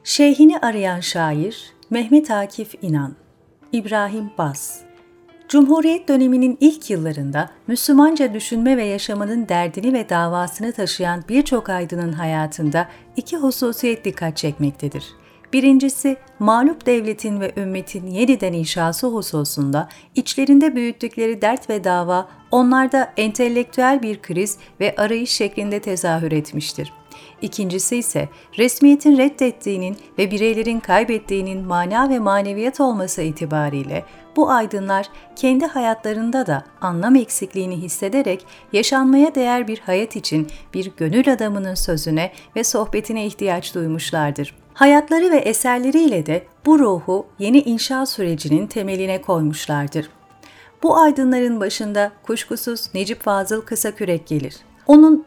Şeyhini arayan şair Mehmet Akif İnan, İbrahim Baz. Cumhuriyet döneminin ilk yıllarında Müslümanca düşünme ve yaşamanın derdini ve davasını taşıyan birçok aydının hayatında iki hususiyet dikkat çekmektedir. Birincisi, mağlup devletin ve ümmetin yeniden inşası hususunda içlerinde büyüttükleri dert ve dava onlarda entelektüel bir kriz ve arayış şeklinde tezahür etmiştir. İkincisi ise resmiyetin reddettiğinin ve bireylerin kaybettiğinin mana ve maneviyat olması itibariyle bu aydınlar kendi hayatlarında da anlam eksikliğini hissederek yaşanmaya değer bir hayat için bir gönül adamının sözüne ve sohbetine ihtiyaç duymuşlardır. Hayatları ve eserleriyle de bu ruhu yeni inşa sürecinin temeline koymuşlardır. Bu aydınların başında kuşkusuz Necip Fazıl Kısakürek gelir. Onun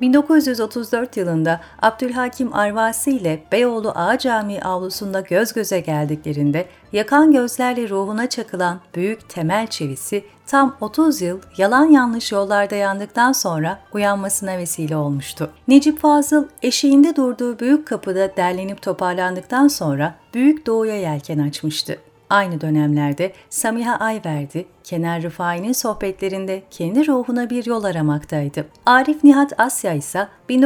1934 yılında Abdülhakim Arvasi ile Beyoğlu Ağa Camii avlusunda göz göze geldiklerinde yakan gözlerle ruhuna çakılan büyük temel çivisi tam 30 yıl yalan yanlış yollarda yandıktan sonra uyanmasına vesile olmuştu. Necip Fazıl eşiğinde durduğu büyük kapıda derlenip toparlandıktan sonra Büyük Doğu'ya yelken açmıştı. Aynı dönemlerde Samiha Ayverdi, Kenar Rıfai'nin sohbetlerinde kendi ruhuna bir yol aramaktaydı. Arif Nihat Asya ise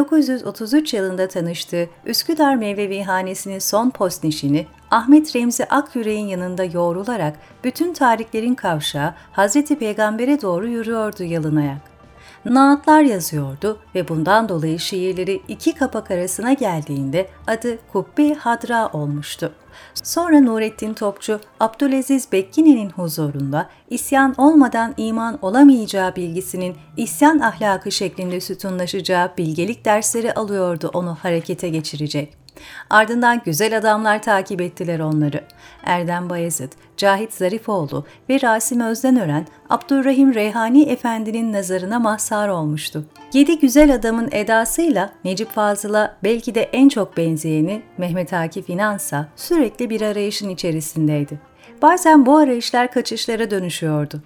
1933 yılında tanıştığı Üsküdar Mevlevihanesi'nin son postnişini Ahmet Remzi Akyürek'in yanında yoğrularak bütün tarihlerin kavşağı Hazreti Peygamber'e doğru yürüyordu yalın ayak. Naatlar yazıyordu ve bundan dolayı şiirleri iki kapak arasına geldiğinde adı Kubbe-i Hadra olmuştu. Sonra Nurettin Topçu, Abdülaziz Bekkine'nin huzurunda isyan olmadan iman olamayacağı bilgisinin isyan ahlakı şeklinde sütunlaşacağı bilgelik dersleri alıyordu onu harekete geçirecek. Ardından güzel adamlar takip ettiler onları. Erdem Bayezid, Cahit Zarifoğlu ve Rasim Özdenören, Abdurrahim Reyhani Efendi'nin nazarına mazhar olmuştu. 7 güzel adamın edasıyla Necip Fazıl'a belki de en çok benzeyeni Mehmet Akif İnansa sürekli bir arayışın içerisindeydi. Bazen bu arayışlar kaçışlara dönüşüyordu.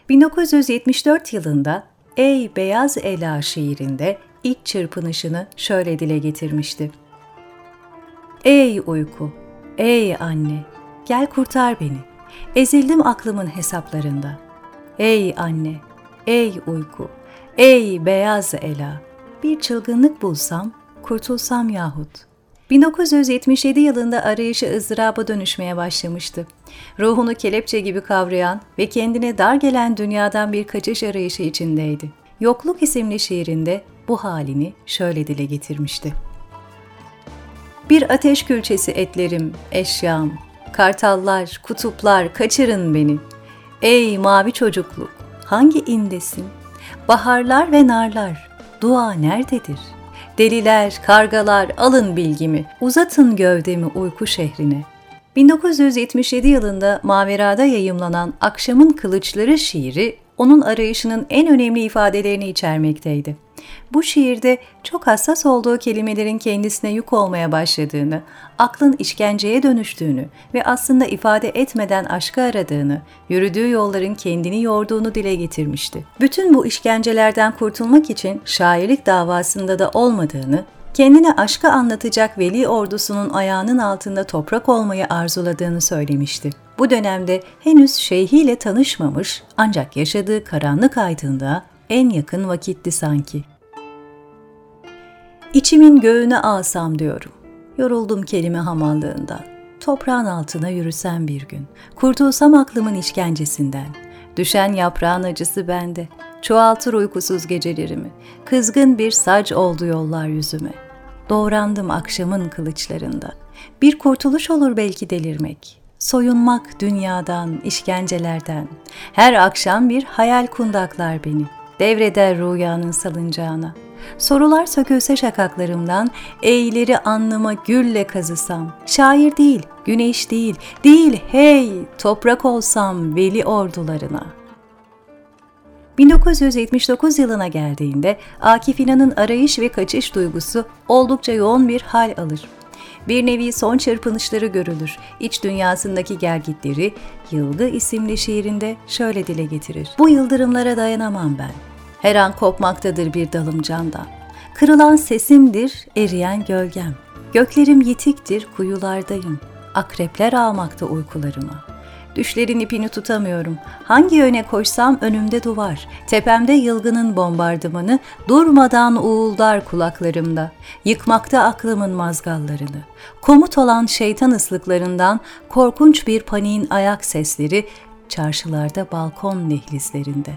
1974 yılında Ey Beyaz Ela şiirinde iç çırpınışını şöyle dile getirmişti. Ey uyku, ey anne, gel kurtar beni. Ezildim aklımın hesaplarında. Ey anne, ey uyku, ey beyaz ela. Bir çılgınlık bulsam, kurtulsam yahut. 1977 yılında arayışı ızdıraba dönüşmeye başlamıştı. Ruhunu kelepçe gibi kavrayan ve kendine dar gelen dünyadan bir kaçış arayışı içindeydi. Yokluk isimli şiirinde bu halini şöyle dile getirmişti. Bir ateş külçesi etlerim, eşyam, kartallar, kutuplar kaçırın beni. Ey mavi çocukluk, hangi indesin? Baharlar ve narlar, dua nerededir? Deliler, kargalar alın bilgimi, uzatın gövdemi uyku şehrine. 1977 yılında Mavera'da yayımlanan Akşamın Kılıçları şiiri, onun arayışının en önemli ifadelerini içermekteydi. Bu şiirde çok hassas olduğu kelimelerin kendisine yük olmaya başladığını, aklın işkenceye dönüştüğünü ve aslında ifade etmeden aşkı aradığını, yürüdüğü yolların kendini yorduğunu dile getirmişti. Bütün bu işkencelerden kurtulmak için şairlik davasında da olmadığını, kendine aşkı anlatacak veli ordusunun ayağının altında toprak olmayı arzuladığını söylemişti. Bu dönemde henüz şeyhiyle tanışmamış ancak yaşadığı karanlık aydınlığa en yakın vakitti sanki. İçimin göğüne alsam diyorum. Yoruldum kelime hamallığından. Toprağın altına yürüsem bir gün. Kurtulsam aklımın işkencesinden. Düşen yaprağın acısı bende. Çoğaltır uykusuz gecelerimi. Kızgın bir sac oldu yollar yüzüme. Doğrandım akşamın kılıçlarında. Bir kurtuluş olur belki delirmek. Soyunmak dünyadan, işkencelerden. Her akşam bir hayal kundaklar beni. Devreder rüyanın salıncağına. Sorular sökülse şakaklarımdan, eğileri alnıma gülle kazısam. Şair değil, güneş değil, değil hey toprak olsam veli ordularına. 1979 yılına geldiğinde Akif İnan'ın arayış ve kaçış duygusu oldukça yoğun bir hal alır. Bir nevi son çırpınışları görülür. İç dünyasındaki gelgitleri Yılgı isimli şiirinde şöyle dile getirir. Bu yıldırımlara dayanamam ben. Her an kopmaktadır bir dalım candan. Kırılan sesimdir eriyen gölgem. Göklerim yitiktir, kuyulardayım. Akrepler ağmakta uykularıma. Düşlerin ipini tutamıyorum. Hangi yöne koşsam önümde duvar. Tepemde yılgının bombardımanı durmadan uğuldar kulaklarımda. Yıkmakta aklımın mazgallarını. Komut olan şeytan ıslıklarından korkunç bir paniğin ayak sesleri çarşılarda balkon dehlizlerinde.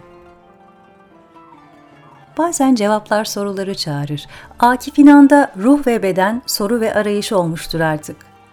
Bazen cevaplar soruları çağırır. Akif İnan'da ruh ve beden soru ve arayış olmuştur artık.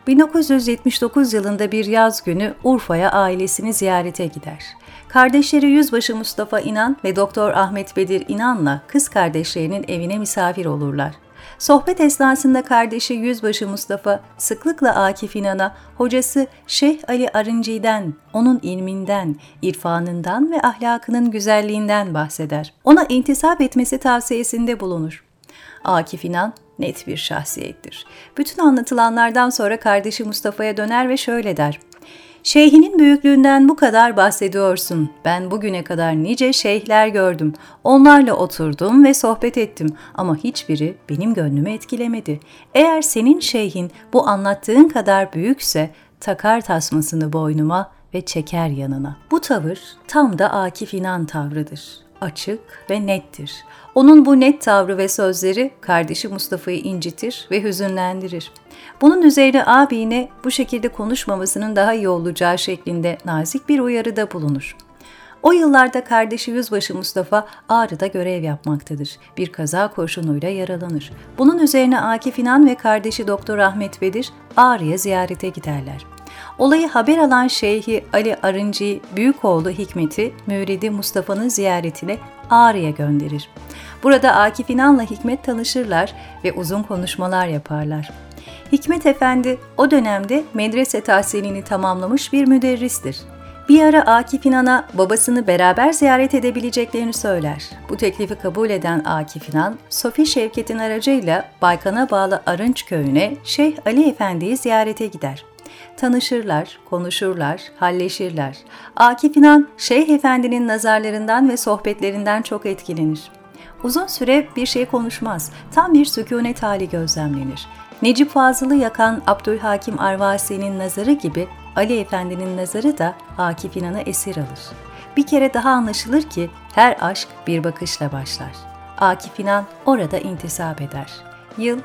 1979 yılında bir yaz günü Urfa'ya ailesini ziyarete gider. Kardeşleri Yüzbaşı Mustafa İnan ve Doktor Ahmet Bedir İnan'la kız kardeşlerinin evine misafir olurlar. Sohbet esnasında kardeşi Yüzbaşı Mustafa sıklıkla Akif İnan'a hocası Şeyh Ali Arıncı'dan, onun ilminden, irfanından ve ahlakının güzelliğinden bahseder. Ona intisap etmesi tavsiyesinde bulunur. Akif İnan net bir şahsiyettir. Bütün anlatılanlardan sonra kardeşi Mustafa'ya döner ve şöyle der: "Şeyhinin büyüklüğünden bu kadar bahsediyorsun. Ben bugüne kadar nice şeyhler gördüm. Onlarla oturdum ve sohbet ettim ama hiçbiri benim gönlümü etkilemedi. Eğer senin şeyhin bu anlattığın kadar büyükse takar tasmasını boynuma ve çeker yanına." Bu tavır tam da Akif İnan tavrıdır. Açık ve nettir. Onun bu net tavrı ve sözleri kardeşi Mustafa'yı incitir ve hüzünlendirir. Bunun üzerine abine bu şekilde konuşmamasının daha iyi olacağı şeklinde nazik bir uyarıda bulunur. O yıllarda kardeşi Yüzbaşı Mustafa Ağrı'da görev yapmaktadır. Bir kaza kurşunuyla yaralanır. Bunun üzerine Akif İnan ve kardeşi Doktor Ahmet Bedir Ağrı'ya ziyarete giderler. Olayı haber alan Şeyhi Ali Arıncı, büyük oğlu Hikmet'i, müridi Mustafa'nın ziyaretine Ağrı'ya gönderir. Burada Akif İnan'la Hikmet tanışırlar ve uzun konuşmalar yaparlar. Hikmet Efendi o dönemde medrese tahsilini tamamlamış bir müderristir. Bir ara Akif İnan'a babasını beraber ziyaret edebileceklerini söyler. Bu teklifi kabul eden Akif İnan, Sofi Şevket'in aracıyla Baykan'a bağlı Arınç köyüne Şeyh Ali Efendi'yi ziyarete gider. Tanışırlar, konuşurlar, halleşirler. Akif İnan, Şeyh Efendi'nin nazarlarından ve sohbetlerinden çok etkilenir. Uzun süre bir şey konuşmaz, tam bir sükûnet hali gözlemlenir. Necip Fazıl'ı yakan Abdülhakim Arvasi'nin nazarı gibi Ali Efendi'nin nazarı da Akif İnan'ı esir alır. Bir kere daha anlaşılır ki her aşk bir bakışla başlar. Akif İnan orada intisap eder. Yıl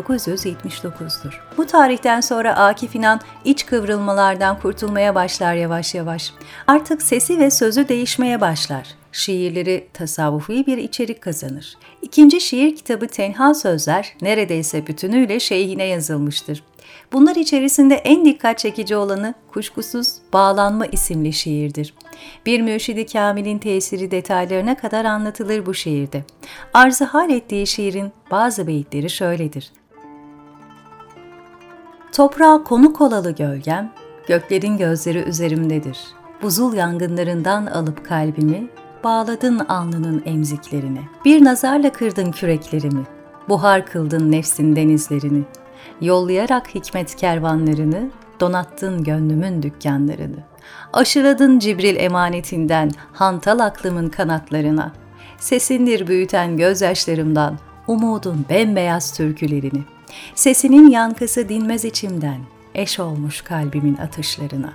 1979'dur. Bu tarihten sonra Akif İnan iç kıvrılmalardan kurtulmaya başlar yavaş yavaş. Artık sesi ve sözü değişmeye başlar. Şiirleri tasavvufi bir içerik kazanır. İkinci şiir kitabı Tenha Sözler neredeyse bütünüyle şeyhine yazılmıştır. Bunlar içerisinde en dikkat çekici olanı kuşkusuz Bağlanma isimli şiirdir. Bir mürşidi kamilin tesiri detaylarına kadar anlatılır bu şiirde. Arzı hal ettiği şiirin bazı beyitleri şöyledir: "Toprağa konuk olalı gölgem, göklerin gözleri üzerimdedir. Buzul yangınlarından alıp kalbimi, bağladın alnının emziklerine. Bir nazarla kırdın küreklerimi, buhar kıldın nefsin denizlerini. Yollayarak hikmet kervanlarını, donattın gönlümün dükkanlarını. Aşıladın Cibril emanetinden hantal aklımın kanatlarına. Sesindir büyüten gözyaşlarımdan, umudun bembeyaz türkülerini. Sesinin yankısı dinmez içimden, eş olmuş kalbimin atışlarına."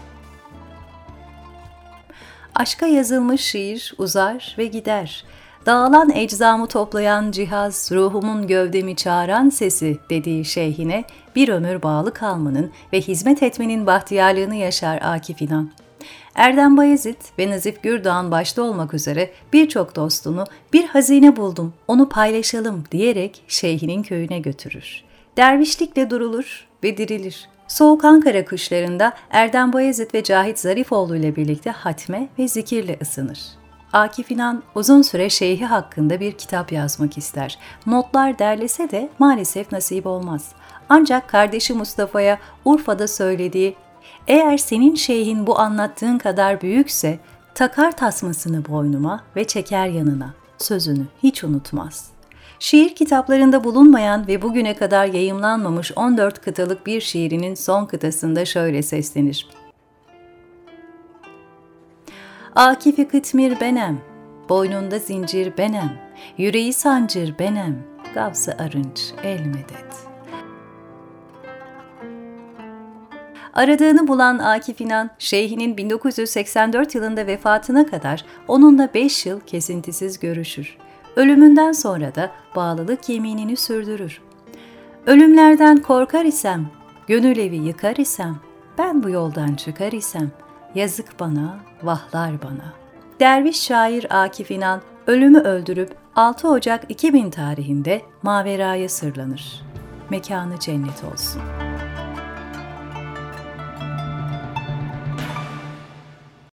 Aşka yazılmış şiir uzar ve gider. Dağılan eczamı toplayan cihaz, ruhumun gövdemi çağıran sesi dediği şeyhine bir ömür bağlı kalmanın ve hizmet etmenin bahtiyarlığını yaşar Akif İnan. Erdem Bayezid ve Nazif Gürdoğan başta olmak üzere birçok dostunu "bir hazine buldum, onu paylaşalım" diyerek şeyhinin köyüne götürür. Dervişlikle durulur ve dirilir. Soğuk Ankara kışlarında Erdem Bayezid ve Cahit Zarifoğlu ile birlikte hatme ve zikirle ısınır. Akif İnan uzun süre şeyhi hakkında bir kitap yazmak ister. Notlar derlese de maalesef nasip olmaz. Ancak kardeşi Mustafa'ya Urfa'da söylediği "Eğer senin şeyhin bu anlattığın kadar büyükse takar tasmasını boynuma ve çeker yanına" sözünü hiç unutmaz. Şiir kitaplarında bulunmayan ve bugüne kadar yayımlanmamış 14 kıtalık bir şiirinin son kıtasında şöyle seslenir: "Akif-i Kıtmir benem, boynunda zincir benem, yüreği sancır benem, Gavs-ı Arınç el medet." Aradığını bulan Akif İnan, şeyhinin 1984 yılında vefatına kadar onunla 5 yıl kesintisiz görüşür. Ölümünden sonra da bağlılık yeminini sürdürür. Ölümlerden korkar isem, gönül evi yıkar isem, ben bu yoldan çıkar isem, yazık bana, vahlar bana. Derviş şair Akif İnan, ölümü öldürüp 6 Ocak 2000 tarihinde Mavera'ya sırlanır. Mekanı cennet olsun.